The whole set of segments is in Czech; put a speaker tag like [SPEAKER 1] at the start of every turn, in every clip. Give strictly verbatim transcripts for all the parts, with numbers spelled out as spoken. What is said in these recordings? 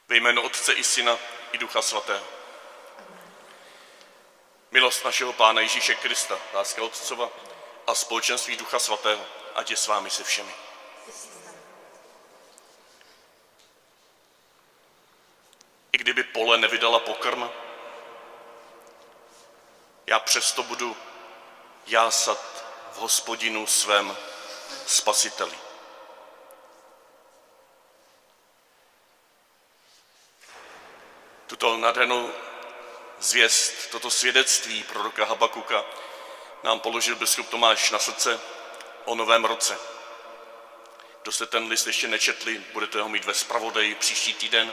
[SPEAKER 1] Ve jménu Otce i Syna i Ducha Svatého. Milost našeho Pána Ježíše Krista, láska Otcova a společenství Ducha Svatého, ať je s vámi se všemi. I kdyby pole nevydala pokrm, já přesto budu jásat v Hospodinu svém Spasiteli. Tuto nádhernou zvěst, toto svědectví proroka Habakuka nám položil biskup Tomáš na srdce o novém roce. Kdo jste ten list ještě nečetli, budete ho mít ve zpravodaji příští týden.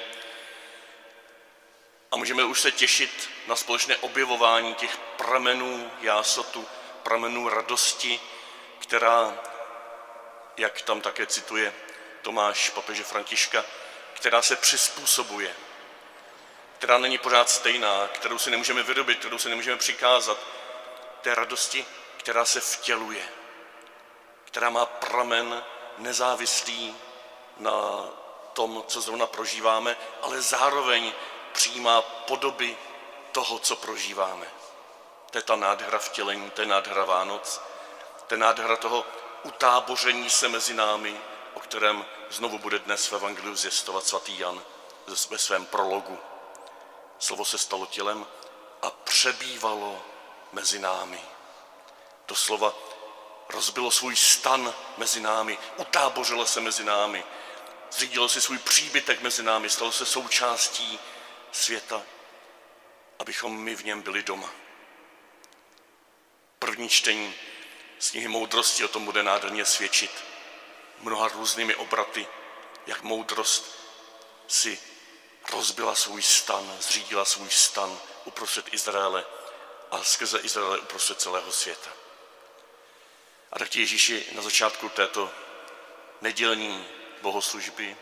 [SPEAKER 1] A můžeme už se těšit na společné objevování těch pramenů jásotu, pramenů radosti, která, jak tam také cituje Tomáš papeže Františka, která se přizpůsobuje, která není pořád stejná, kterou si nemůžeme vyrobit, kterou si nemůžeme přikázat, té radosti, která se vtěluje, která má pramen nezávislý na tom, co zrovna prožíváme, ale zároveň přijímá podoby toho, co prožíváme. To je ta nádhera vtělení, to je nádhera Vánoc, to je nádhera toho utáboření se mezi námi, o kterém znovu bude dnes v Evangeliu zjistovat svatý Jan ve svém prologu. Slovo se stalo tělem a přebývalo mezi námi. Doslova rozbilo svůj stan mezi námi, utábořilo se mezi námi, zřídilo si svůj příbytek mezi námi, stalo se součástí světa, abychom my v něm byli doma. První čtení z knihy Moudrosti o tom bude nádherně svědčit mnoha různými obraty, jak moudrost si rozbila svůj stan, zřídila svůj stan uprostřed Izraele a skrze Izraele uprostřed celého světa. A tak ti Ježíši na začátku této nedělní bohoslužby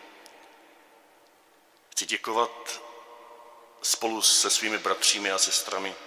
[SPEAKER 1] chci děkovat spolu se svými bratřími a sestrami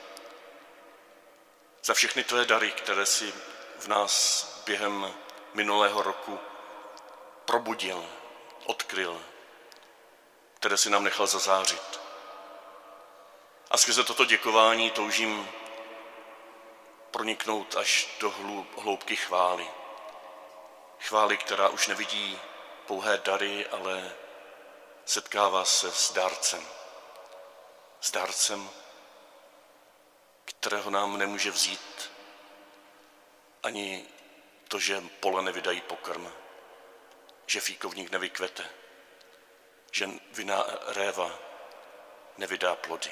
[SPEAKER 1] za všechny tvé dary, které si v nás během minulého roku probudil, odkryl, které si nám nechal zazářit. A skrze toto děkování toužím proniknout až do hloubky chvály. Chvály, která už nevidí pouhé dary, ale setkává se s dárcem. S dárcem, kterého nám nemůže vzít ani to, že pole nevydají pokrm, že fíkovník nevykvete, že vinná réva nevydá plody.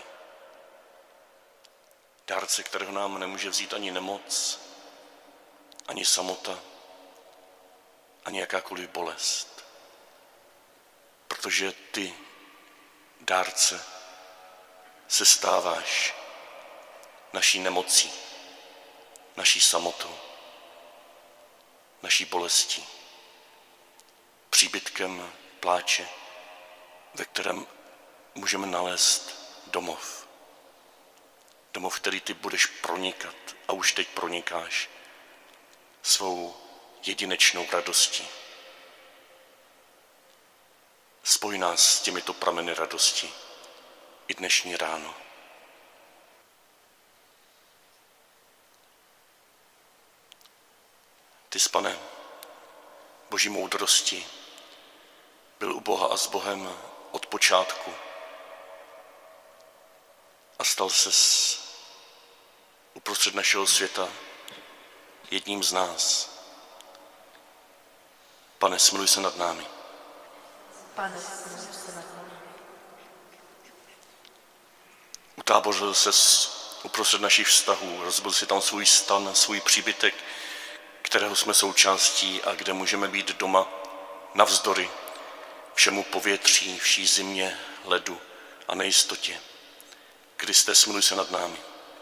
[SPEAKER 1] Dárce, kterého nám nemůže vzít ani nemoc, ani samota, ani jakákoliv bolest. Protože ty, dárce, se stáváš naší nemocí, naší samotou, naší bolestí, příbytkem pláče, ve kterém můžeme nalézt domov. Domov, který ty budeš pronikat a už teď pronikáš svou jedinečnou radostí. Spoj nás s těmito prameny radosti i dnešní ráno. Ty jsi, Pane, Boží moudrosti, byl u Boha a s Bohem od počátku a stal ses uprostřed našeho světa jedním z nás. Pane, smiluj se nad námi.
[SPEAKER 2] Pane, smiluj se nad námi.
[SPEAKER 1] Utábořil ses uprostřed našich vztahů, rozbil si tam svůj stan, svůj příbytek, kterého jsme součástí a kde můžeme být doma navzdory všemu povětří, vší zimě, ledu a nejistotě. Kriste, smiluj se nad námi.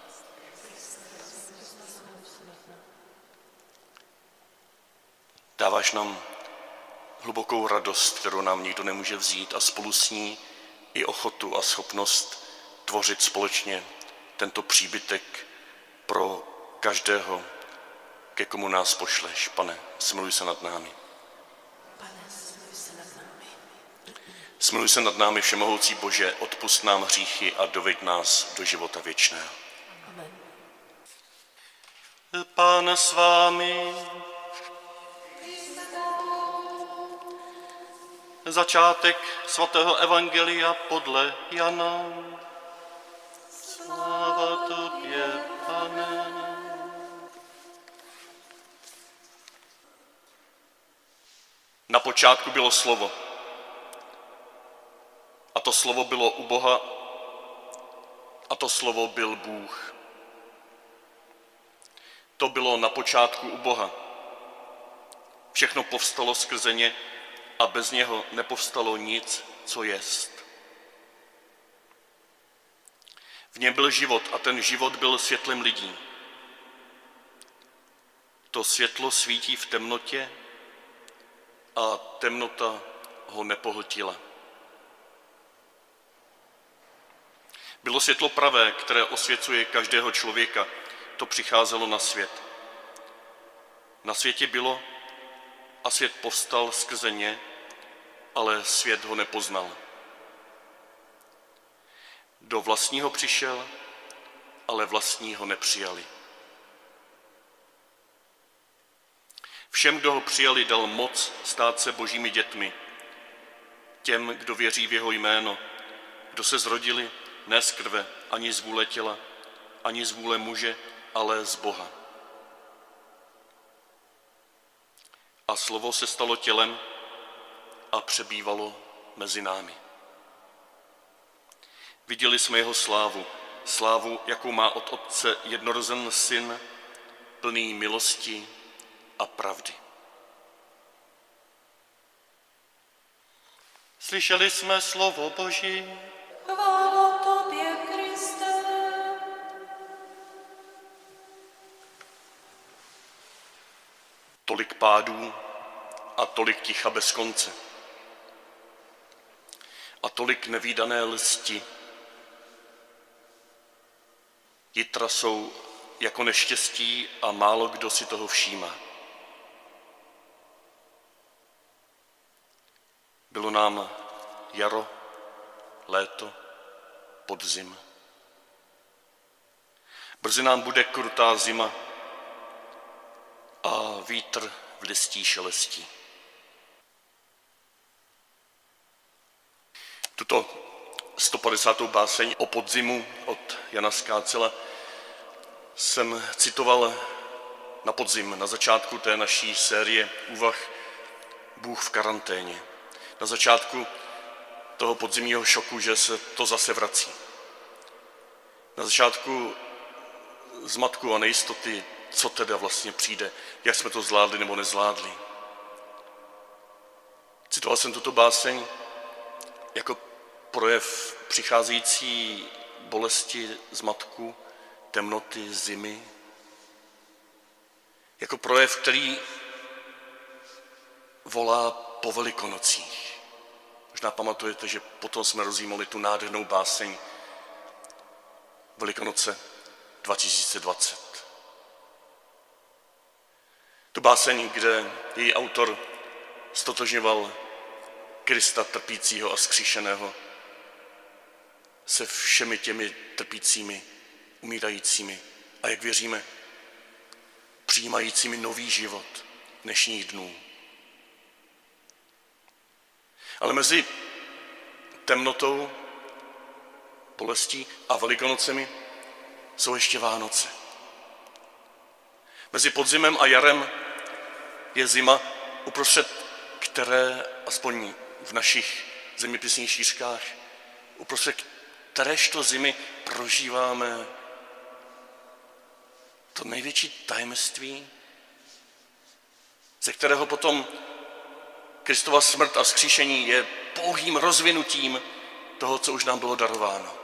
[SPEAKER 1] Dáváš nám hlubokou radost, kterou nám nikdo nemůže vzít a spolu s ní i ochotu a schopnost tvořit společně tento příbytek pro každého, ke komu nás pošleš. Pane, smiluj se nad námi.
[SPEAKER 2] Pane, smiluj se nad námi.
[SPEAKER 1] Smiluj se nad námi, všemohoucí Bože, odpusť nám hříchy a doveď nás do života věčného.
[SPEAKER 2] Amen.
[SPEAKER 1] Pán s vámi. Začátek svatého evangelia podle Jana. Sláva tobě, Pane. Na počátku bylo slovo. A to slovo bylo u Boha. A to slovo byl Bůh. To bylo na počátku u Boha. Všechno povstalo skrze ně a bez něho nepovstalo nic, co jest. V něm byl život a ten život byl světlem lidí. To světlo svítí v temnotě a temnota ho nepohltila. Bylo světlo pravé, které osvěcuje každého člověka. To přicházelo na svět. Na světě bylo a svět povstal skrze ně, ale svět ho nepoznal. Do vlastního přišel, ale vlastní ho nepřijali. Všem, kdo ho přijali, dal moc stát se božími dětmi. Těm, kdo věří v jeho jméno, kdo se zrodili ne z krve, ani z vůle těla, ani z vůle muže, ale z Boha. A slovo se stalo tělem a přebývalo mezi námi. Viděli jsme jeho slávu, slávu, jakou má od Otce jednorozený syn, plný milosti a pravdy. Slyšeli jsme slovo Boží.
[SPEAKER 2] Chvála tobě, Kriste.
[SPEAKER 1] Tolik pádů a tolik ticha bez konce. A tolik nevídané lsti. Jitra jsou jako neštěstí a málo kdo si toho všímá. Bylo nám jaro, léto, podzim. Brzy nám bude krutá zima a vítr v listí šelestí. Tuto sto padesátou báseň o podzimu od Jana Skácela jsem citoval na podzim, na začátku té naší série úvah Bůh v karanténě. Na začátku toho podzimního šoku, že se to zase vrací. Na začátku zmatku a nejistoty, co teda vlastně přijde, jak jsme to zvládli nebo nezvládli. Citoval jsem tuto báseň jako projev přicházející bolesti, zmatku, temnoty, zimy. Jako projev, který volá po Velikonocích. Možná pamatujete, že potom jsme rozjímali tu nádhernou báseň Velikonoce dva tisíce dvacet. Tu báseň, kde její autor ztotožňoval Krista trpícího a vzkříšeného se všemi těmi trpícími, umírajícími a jak věříme, přijímajícími nový život dnešních dnů. Ale mezi temnotou, bolestí a Velikonocemi jsou ještě Vánoce. Mezi podzimem a jarem je zima, uprostřed které, aspoň v našich zeměpisných šířkách, uprostřed kteréžto zimy prožíváme to největší tajemství, ze kterého potom Kristova smrt a vzkříšení je pouhým rozvinutím toho, co už nám bylo darováno.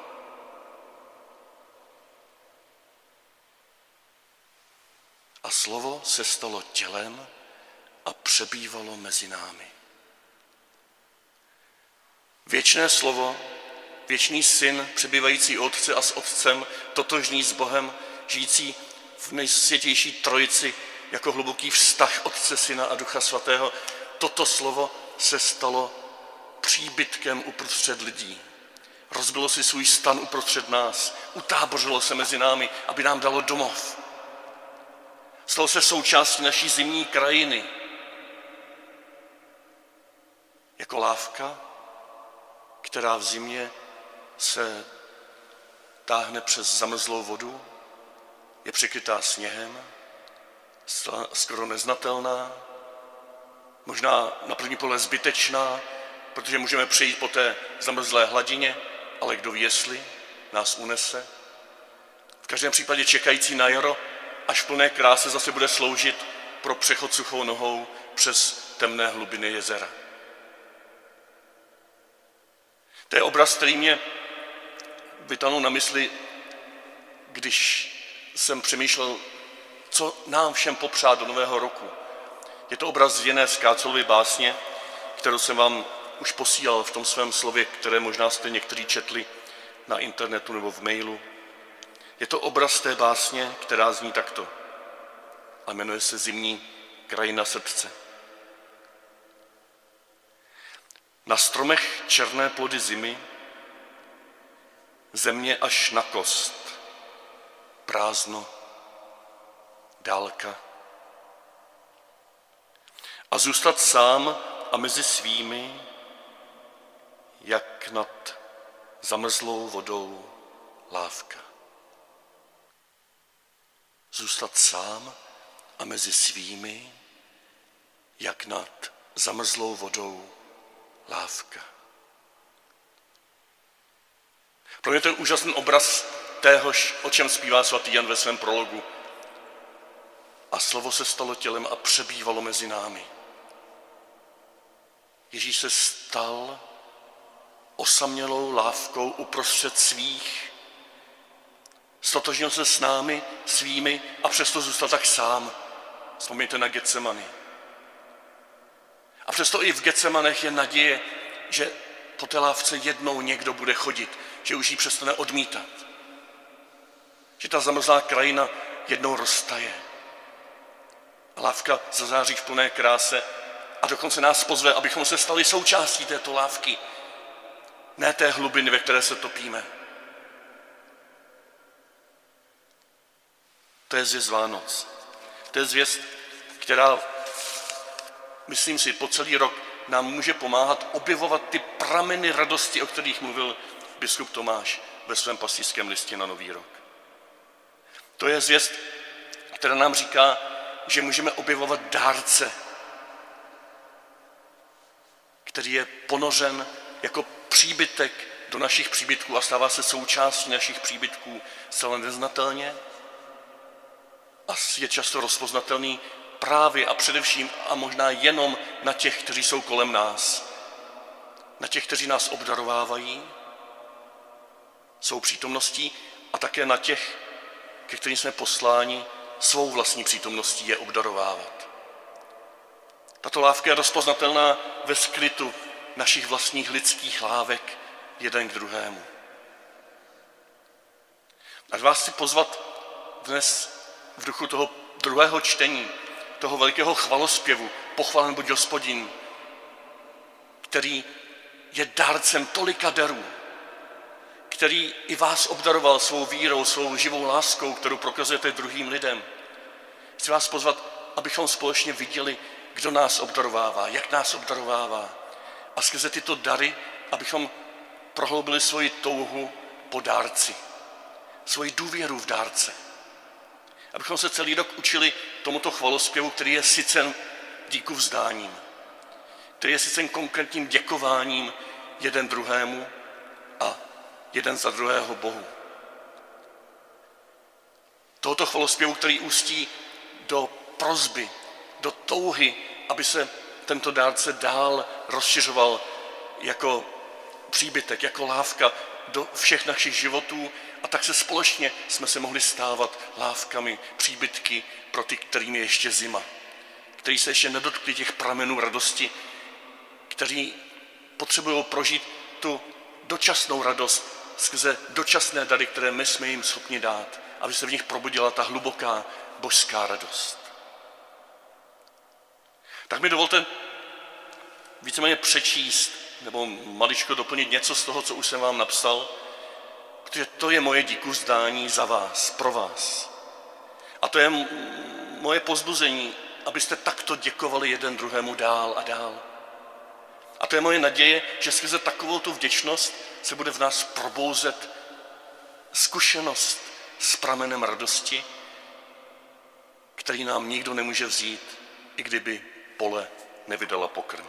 [SPEAKER 1] A slovo se stalo tělem a přebývalo mezi námi. Věčné slovo, věčný syn, přebývající u Otce a s Otcem, totožný s Bohem, žijící v nejsvětější trojici jako hluboký vztah Otce, Syna a Ducha Svatého, toto slovo se stalo příbytkem uprostřed lidí. Rozbilo si svůj stan uprostřed nás, utábořilo se mezi námi, aby nám dalo domov. Stalo se součástí naší zimní krajiny. Jako lávka, která v zimě se táhne přes zamrzlou vodu, je překrytá sněhem, skoro neznatelná, možná na první pohled zbytečná, protože můžeme přejít po té zamrzlé hladině, ale kdo ví, jestli nás unese. V každém případě čekající na jaro, až v plné kráse zase bude sloužit pro přechod suchou nohou přes temné hlubiny jezera. To je obraz, který mě vytanul na mysli, když jsem přemýšlel, co nám všem popřát do nového roku. Je to obraz z jiné Skácelovy básně, kterou jsem vám už posílal v tom svém slově, které možná jste někteří četli na internetu nebo v mailu. Je to obraz té básně, která zní takto a jmenuje se Zimní krajina srdce. Na stromech černé plody zimy, země až na kost, prázdno, dálka. A zůstat sám a mezi svými, jak nad zamrzlou vodou lávka. Zůstat sám a mezi svými, jak nad zamrzlou vodou lávka. Pro mě to je úžasný obraz téhož, o čem zpívá svatý Jan ve svém prologu. A slovo se stalo tělem a přebývalo mezi námi. Ježíš se stal osamělou lávkou uprostřed svých, stotožnil se s námi, svými a přesto zůstal tak sám. Vzpomeňte na Getsemani. A přesto i v Getsemanech je naděje, že po té lávce jednou někdo bude chodit, že už ji přestane odmítat. Že ta zamrzlá krajina jednou roztaje. A lávka zazáří v plné kráse a dokonce nás pozve, abychom se stali součástí této lávky. Ne té hlubiny, ve které se topíme. To je zvěst Vánoc. To je zvěst, která, myslím si, po celý rok nám může pomáhat objevovat ty prameny radosti, o kterých mluvil biskup Tomáš ve svém pastýřském listě na Nový rok. To je zvěst, která nám říká, že můžeme objevovat dárce, který je ponořen jako příbytek do našich příbytků a stává se součástí našich příbytků zcela neznatelně a je často rozpoznatelný právě a především a možná jenom na těch, kteří jsou kolem nás. Na těch, kteří nás obdarovávají svou přítomností a také na těch, ke kterým jsme posláni svou vlastní přítomností je obdarovávat. Tato lávka je rozpoznatelná ve skrytu našich vlastních lidských lávek jeden k druhému. Až vás chci pozvat dnes v duchu toho druhého čtení, toho velikého chvalospěvu, pochvalen buď Hospodin, který je dárcem tolika darů, který i vás obdaroval svou vírou, svou živou láskou, kterou prokazujete druhým lidem. Chci vás pozvat, abychom společně viděli, kdo nás obdarovává, jak nás obdarovává. A skrze tyto dary, abychom prohloubili svoji touhu po dárci, svoji důvěru v dárce. Abychom se celý rok učili tomuto chvalospěvu, který je sice díku vzdáním, který je sice konkrétním děkováním jeden druhému a jeden za druhého Bohu. Tohoto chvalospěvu, který ústí do prosby, do touhy, aby se tento dárce dál rozšiřoval jako příbytek, jako lávka do všech našich životů a tak se společně jsme se mohli stávat lávkami, příbytky pro ty, kterým je ještě zima, kteří se ještě nedotkli těch pramenů radosti, kteří potřebují prožít tu dočasnou radost skrze dočasné dary, které my jsme jim schopni dát, aby se v nich probudila ta hluboká božská radost. Tak mi dovolte víceméně přečíst nebo maličko doplnit něco z toho, co už jsem vám napsal, protože to je moje díkuvzdání za vás, pro vás. A to je moje povzbuzení, abyste takto děkovali jeden druhému dál a dál. A to je moje naděje, že skrze takovou tu vděčnost se bude v nás probouzet zkušenost s pramenem radosti, který nám nikdo nemůže vzít, i kdyby pole nevydala pokrm.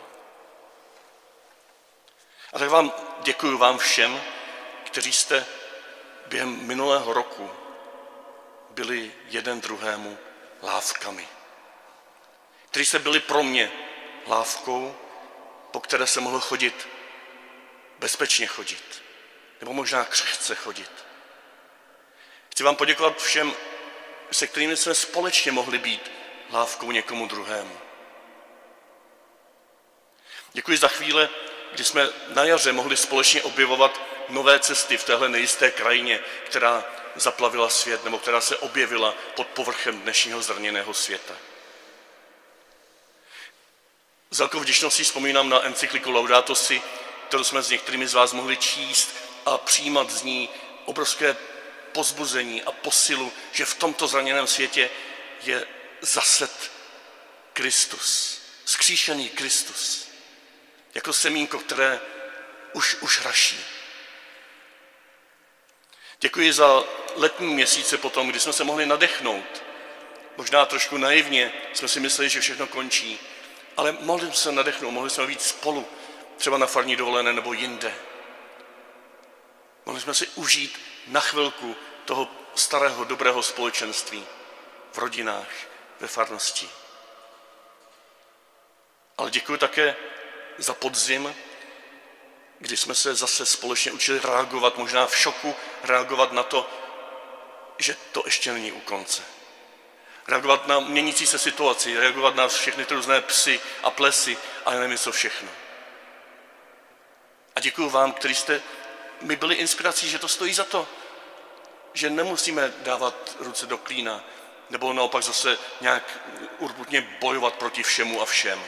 [SPEAKER 1] A tak vám děkuji vám všem, kteří jste během minulého roku byli jeden druhému lávkami. Kteří jste byli pro mě lávkou, po které se mohl chodit, bezpečně chodit, nebo možná křehce chodit. Chci vám poděkovat všem, se kterými jsme společně mohli být lávkou někomu druhému. Děkuji za chvíle, kdy jsme na jaře mohli společně objevovat nové cesty v téhle nejisté krajině, která zaplavila svět, nebo která se objevila pod povrchem dnešního zraněného světa. S velkou vděčností vzpomínám na encykliku Laudato Si, kterou jsme s některými z vás mohli číst a přijímat z ní obrovské pozbuzení a posilu, že v tomto zraněném světě je zaset Kristus, vzkříšený Kristus, jako semínko, které už, už raší. Děkuji za letní měsíce potom, kdy jsme se mohli nadechnout. Možná trošku naivně jsme si mysleli, že všechno končí, ale mohli jsme se nadechnout, mohli jsme být spolu, třeba na farní dovolené nebo jinde. Mohli jsme si užít na chvilku toho starého, dobrého společenství v rodinách, ve farnosti. Ale děkuji také za podzim, kdy jsme se zase společně učili reagovat, možná v šoku, reagovat na to, že to ještě není u konce. Reagovat na měnící se situaci, reagovat na všechny ty různé psy a plesy a nevím co všechno. A děkuji vám, kteří jste mi byli inspirací, že to stojí za to, že nemusíme dávat ruce do klína, nebo naopak zase nějak urputně bojovat proti všemu a všem.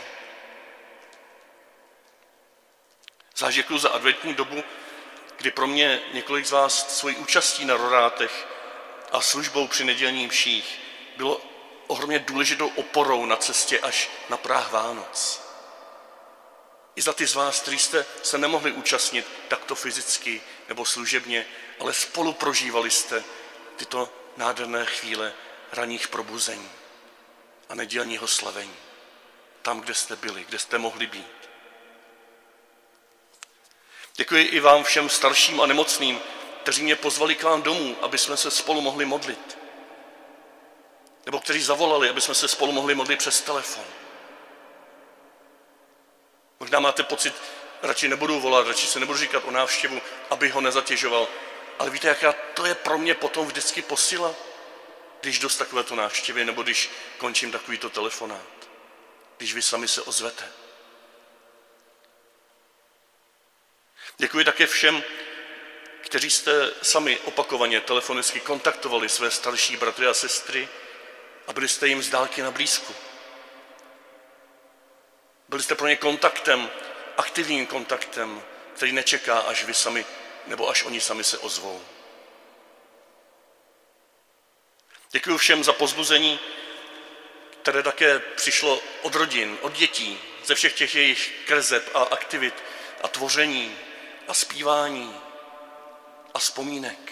[SPEAKER 1] Zvlášť děkuji za adventní dobu, kdy pro mě několik z vás svojí účastí na rorátech a službou při nedělních mších bylo ohromně důležitou oporou na cestě až na práh Vánoc. I za ty z vás, kteří jste se nemohli účastnit takto fyzicky nebo služebně, ale spolu prožívali jste tyto nádherné chvíle ranních probuzení a nedělního slavení. Tam, kde jste byli, kde jste mohli být. Děkuji i vám všem starším a nemocným, kteří mě pozvali k vám domů, aby jsme se spolu mohli modlit. Nebo kteří zavolali, aby jsme se spolu mohli modlit přes telefon. Možná máte pocit, radši nebudu volat, radši se nebudu říkat o návštěvu, aby ho nezatěžoval. Ale víte, jaká to je pro mě potom vždycky posila, když dost takovéto návštěvy, nebo když končím takovýto telefonát. Když vy sami se ozvete. Děkuji také všem, kteří jste sami opakovaně telefonicky kontaktovali své starší bratry a sestry a byli jste jim z dálky na blízku. Byli jste pro ně kontaktem, aktivním kontaktem, který nečeká, až vy sami, nebo až oni sami se ozvou. Děkuji všem za povzbuzení, které také přišlo od rodin, od dětí, ze všech těch jejich kreseb a aktivit a tvoření a zpívání a vzpomínek.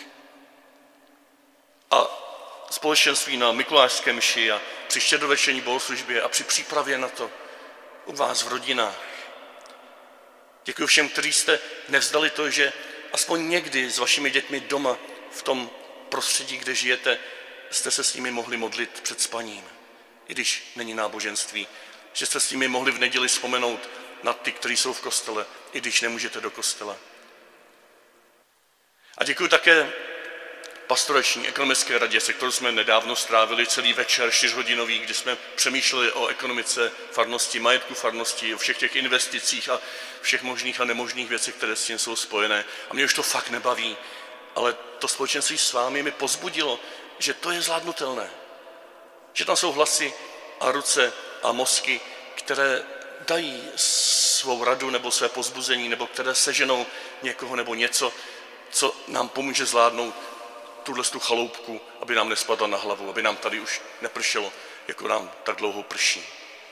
[SPEAKER 1] A společenství na mikulášské mši a při štědrovečerní bohoslužbě a při přípravě na to u vás v rodinách. Děkuji všem, kteří jste nevzdali to, že aspoň někdy s vašimi dětmi doma v tom prostředí, kde žijete, jste se s nimi mohli modlit před spaním, i když není náboženství, že jste s nimi mohli v neděli vzpomenout na ty, kteří jsou v kostele, i když nemůžete do kostela. A děkuji také pastorační ekonomické radě, se kterou jsme nedávno strávili celý večer čtyřhodinový, kdy jsme přemýšleli o ekonomice farnosti, majetku farnosti, o všech těch investicích a všech možných a nemožných věcech, které s tím jsou spojené. A mě už to fakt nebaví, ale to společenství s vámi mi pozbudilo, že to je zvládnutelné. Že tam jsou hlasy a ruce a mozky, které dají svou radu nebo své povzbuzení, nebo které seženou někoho nebo něco, co nám pomůže zvládnout tuhle tu chaloupku, aby nám nespadla na hlavu, aby nám tady už nepršelo, jako nám tak dlouho prší.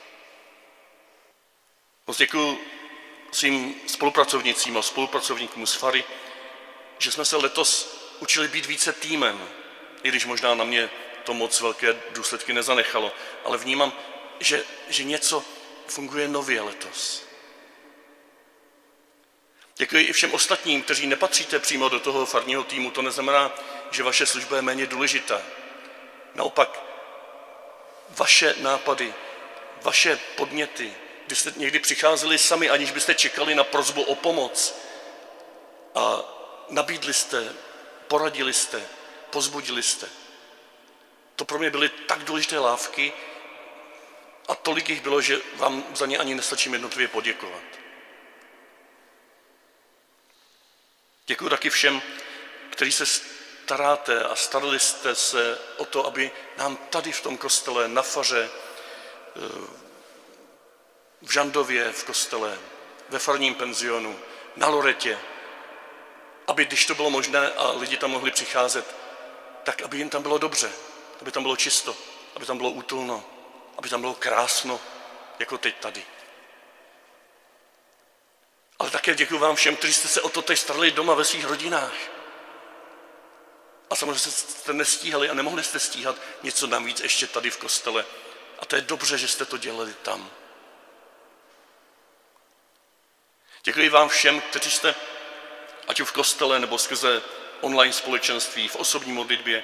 [SPEAKER 1] Moc děkuji svým spolupracovnicím a spolupracovníkům z Fary, že jsme se letos učili být více týmem, i když možná na mě to moc velké důsledky nezanechalo, ale vnímám, že, že něco funguje nově letos. Děkuji i všem ostatním, kteří nepatříte přímo do toho farního týmu. To neznamená, že vaše služba je méně důležitá. Naopak, vaše nápady, vaše podněty, kdy jste někdy přicházeli sami, aniž byste čekali na prosbu o pomoc a nabídli jste, poradili jste, pozbudili jste. To pro mě byly tak důležité lávky a tolik jich bylo, že vám za ně ani nestačím jednotlivě poděkovat. Děkuji taky všem, kteří se staráte a starali jste se o to, aby nám tady v tom kostele, na faře, v Žandově v kostele, ve farním penzionu, na Loretě, aby když to bylo možné a lidi tam mohli přicházet, tak aby jim tam bylo dobře, aby tam bylo čisto, aby tam bylo útulno, aby tam bylo krásno, jako teď tady. Ale také děkuji vám všem, kteří jste se o to teď starali doma ve svých rodinách. A samozřejmě jste nestíhali a nemohli jste stíhat něco navíc ještě tady v kostele. A to je dobře, že jste to dělali tam. Děkuji vám všem, kteří jste, ať už v kostele nebo skrze online společenství, v osobní modlitbě,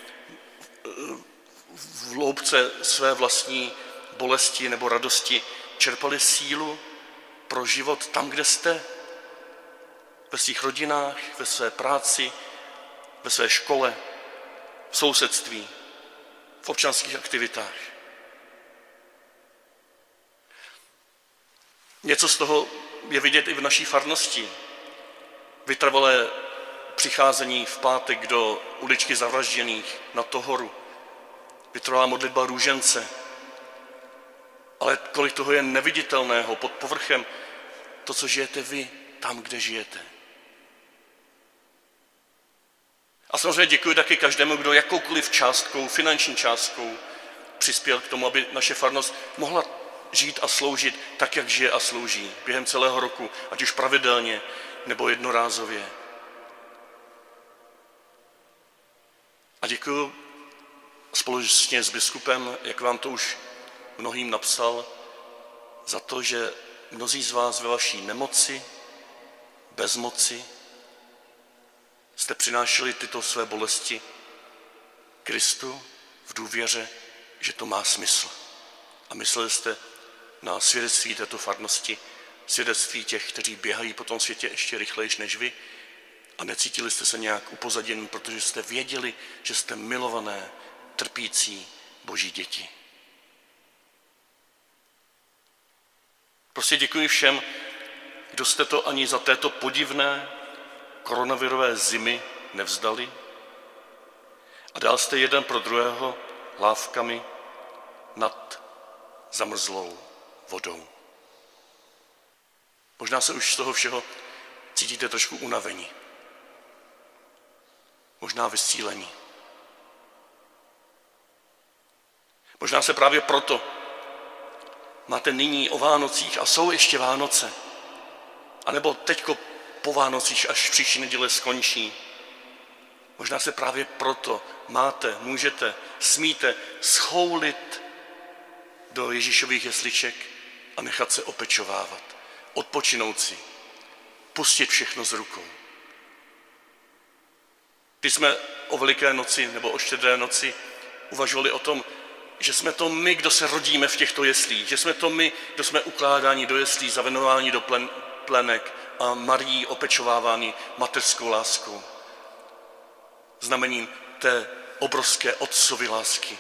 [SPEAKER 1] v hloubce své vlastní bolesti nebo radosti, čerpali sílu pro život tam, kde jste, ve svých rodinách, ve své práci, ve své škole, v sousedství, v občanských aktivitách. Něco z toho je vidět i v naší farnosti. Vytrvalé přicházení v pátek do uličky zavražděných na Tohoru, vytrvalá modlitba růžence. Ale kolik toho je neviditelného pod povrchem, to, co žijete vy, tam, kde žijete. A samozřejmě děkuji taky každému, kdo jakoukoliv částkou, finanční částkou přispěl k tomu, aby naše farnost mohla žít a sloužit tak, jak žije a slouží během celého roku, ať už pravidelně nebo jednorázově. A děkuji společně s biskupem, jak vám to už mnohým napsal, za to, že mnozí z vás ve vaší nemoci, bezmoci jste přinášeli tyto své bolesti Kristu v důvěře, že to má smysl. A mysleli jste na svědectví této farnosti, svědectví těch, kteří běhají po tom světě ještě rychlejš než vy a necítili jste se nějak upozaděni, protože jste věděli, že jste milované, trpící Boží děti. Prostě děkuji všem, kdo jste to ani za této podivné koronavirové zimy nevzdali a dál jste jeden pro druhého lávkami nad zamrzlou vodou. Možná se už z toho všeho cítíte trošku unavení. Možná vysílení. Možná se právě proto máte nyní o Vánocích a jsou ještě Vánoce. A nebo teďko po Vánocích, až příští neděle skončí. Možná se právě proto máte, můžete, smíte schoulit do Ježíšových jesliček a nechat se opečovávat. Odpočinout si. Pustit všechno z rukou. Když jsme o Veliké noci nebo o Štědré noci uvažovali o tom, že jsme to my, kdo se rodíme v těchto jeslích, že jsme to my, kdo jsme ukládáni do jeslí, zavenováni do plen, plenek a Marií opečováváni mateřskou láskou. Znamením té obrovské otcovy lásky.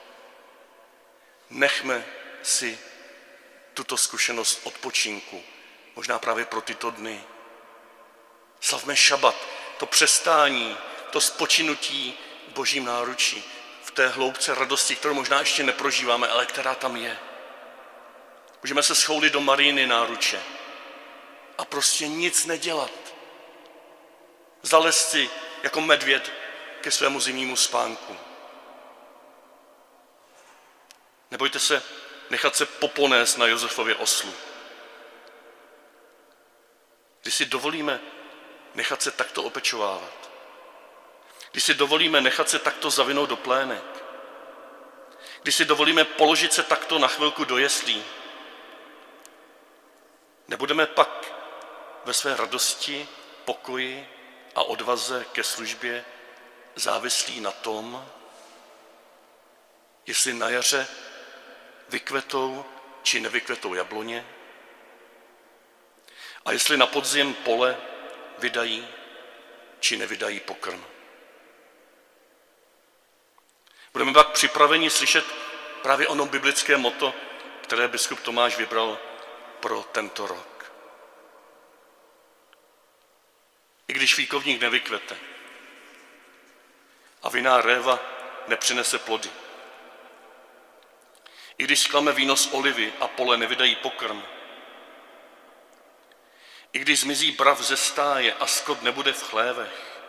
[SPEAKER 1] Nechme si tuto zkušenost odpočinku, možná právě pro tyto dny. Slavme šabat, to přestání, to spočinutí v Božím náručí, v té hloubce radosti, kterou možná ještě neprožíváme, ale která tam je. Můžeme se schoulit do Marijiny náruče a prostě nic nedělat. Zalézt si jako medvěd ke svému zimnímu spánku. Nebojte se nechat se poponést na Josefově oslu. Když si dovolíme nechat se takto opečovávat, když si dovolíme nechat se takto zavinout do plének, když si dovolíme položit se takto na chvilku do jeslí, nebudeme pak ve své radosti, pokoji a odvaze ke službě závislí na tom, jestli na jaře vykvetou či nevykvetou jabloně a jestli na podzim pole vydají či nevydají pokrm. Budeme pak připraveni slyšet právě ono biblické motto, které biskup Tomáš vybral pro tento rok. I když fíkovník nevykvete a vinná réva nepřinese plody, i když sklame víno z olivy a pole nevydají pokrm, i když zmizí brav ze stáje a skot nebude v chlévech,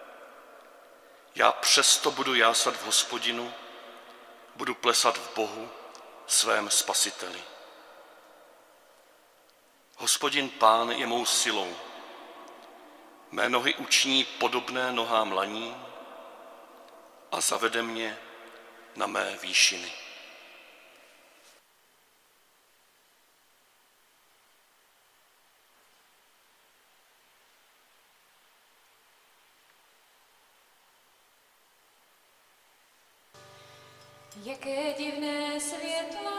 [SPEAKER 1] já přesto budu jásat v Hospodinu, budu plesat v Bohu, svém Spasiteli. Hospodin Pán je mou silou, mé nohy učiní podobné nohám laní a zavede mě na mé výšiny.
[SPEAKER 2] Jaké divné světlo